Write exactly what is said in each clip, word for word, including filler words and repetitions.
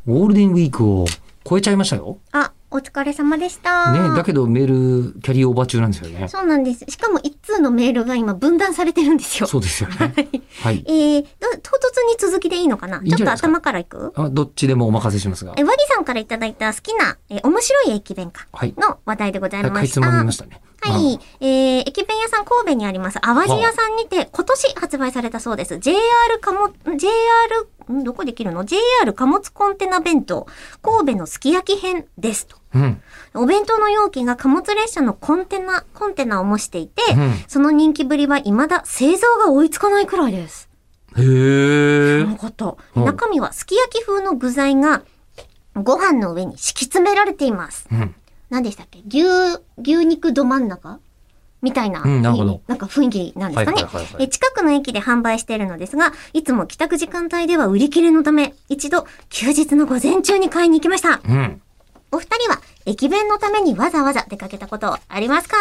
ゴールデンウィークを超えちゃいましたよ。 あ、お疲れ様でした。 ね、だけどメールキャリーオーバー中なんですよね。 そうなんです。しかも一通のメールが今分断されてるんですよ。 そうですよね。 はい。えー、唐突に続きでいいのかな。 いいんじゃないですか。 ちょっと頭からいく？ あ、どっちでもお任せしますが。 え、和木さんからいただいた好きな、えー、面白い駅弁かの話題でございました。 はい、かいつまみましたね。 はい。えー、駅弁屋さん神戸にあります淡路屋さんにて今年発売されたそうです。ジェイアール 貨物、ジェイアール、んどこできるの ?ジェイアール 貨物コンテナ弁当、神戸のすき焼き編ですと。 うん。お弁当の容器が貨物列車のコンテナ、コンテナを模していて、 うん、 その人気ぶりは未だ製造が追いつかないくらいです。 へー。 そのこと。中身はすき焼き風の具材がご飯の上に敷き詰められています。うん何でしたっけ牛、牛肉ど真ん中みたいな、うん、なるほど。なんか雰囲気なんですかね、はいはいはいはい。え近くの駅で販売しているのですが、いつも帰宅時間帯では売り切れのため、一度休日の午前中に買いに行きました。うん、お二人は駅弁のためにわざわざ出かけたことありますか？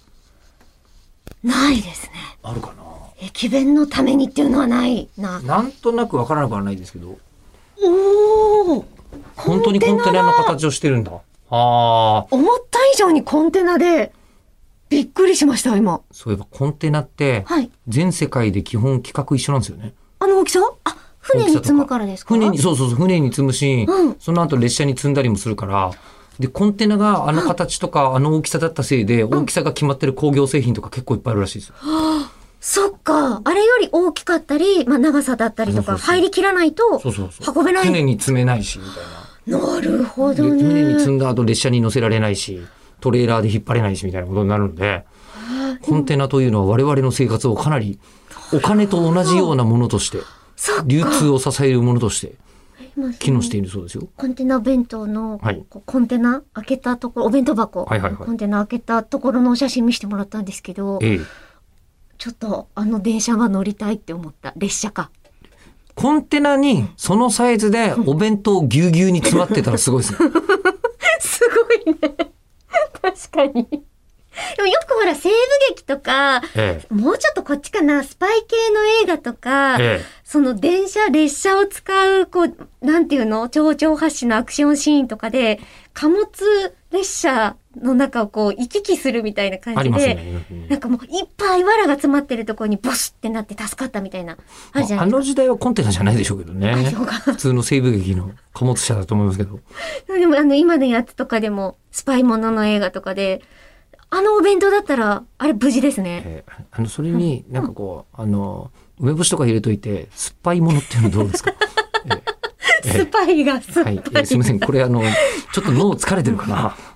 ないですね。 あるかな。 駅弁のためにっていうのはないな。 なんとなくわからなくはないですけど。 おー。 本当にコンテナの形をしてるんだ。あ思った以上にコンテナでびっくりしました今。 そういえばコンテナって全世界で基本規格一緒なんですよね。 あの大きさ？あ、船に積むからですか？ 船にそうそうそう船に積むし、うん、その後列車に積んだりもするから。でコンテナがあの形とか、うん、あの大きさだったせいで大きさが決まってる工業製品とか結構いっぱいあるらしいですよ。 はあ、そっか。あれより大きかったり、まあ、長さだったりとか入りきらないと運べない。 船に積めないしみたいな。 なるほどね。 船に積んだ後列車に乗せられないし、トレーラーで引っ張れないしみたいなことになるので、コンテナというのは我々の生活をかなりお金と同じようなものとして、流通を支えるものとして機能しているそうですよ。 コンテナ弁当の、はい、コンテナ開けたところ、お弁当箱、はいはいはい、コンテナ開けたところのお写真見せてもらったんですけど、ええ、ちょっとあの電車が乗りたいって思った。列車か。 コンテナにそのサイズでお弁当ぎゅうぎゅうに詰まってたらすごいですね。 すごいね。確かに。でもよくほら西部劇とか、ええ、もうちょっとこっちかな、スパイ系の映画とか、ええ、その電車、列車を使う、こう、なんていうの丁々発止のアクションシーンとかで、貨物列車の中をこう行き来するみたいな感じで、ねうん、なんかもういっぱい藁が詰まってるところにボスってなって助かったみたいな。 あるじゃないですか。あの時代はコンテナじゃないでしょうけどね。普通の西部劇の貨物車だと思いますけど。 でもあの今のやつとかでも、スパイものの映画とかで、あのお弁当だったら、あれ無事ですね。 えー、あの、それになんかこう、うん、あの、梅干しとか入れといて、酸っぱいものっていうのどうですか？えースパイが酸っぱい。 はい、えー、すみません。これあの、ちょっと脳疲れてるかな。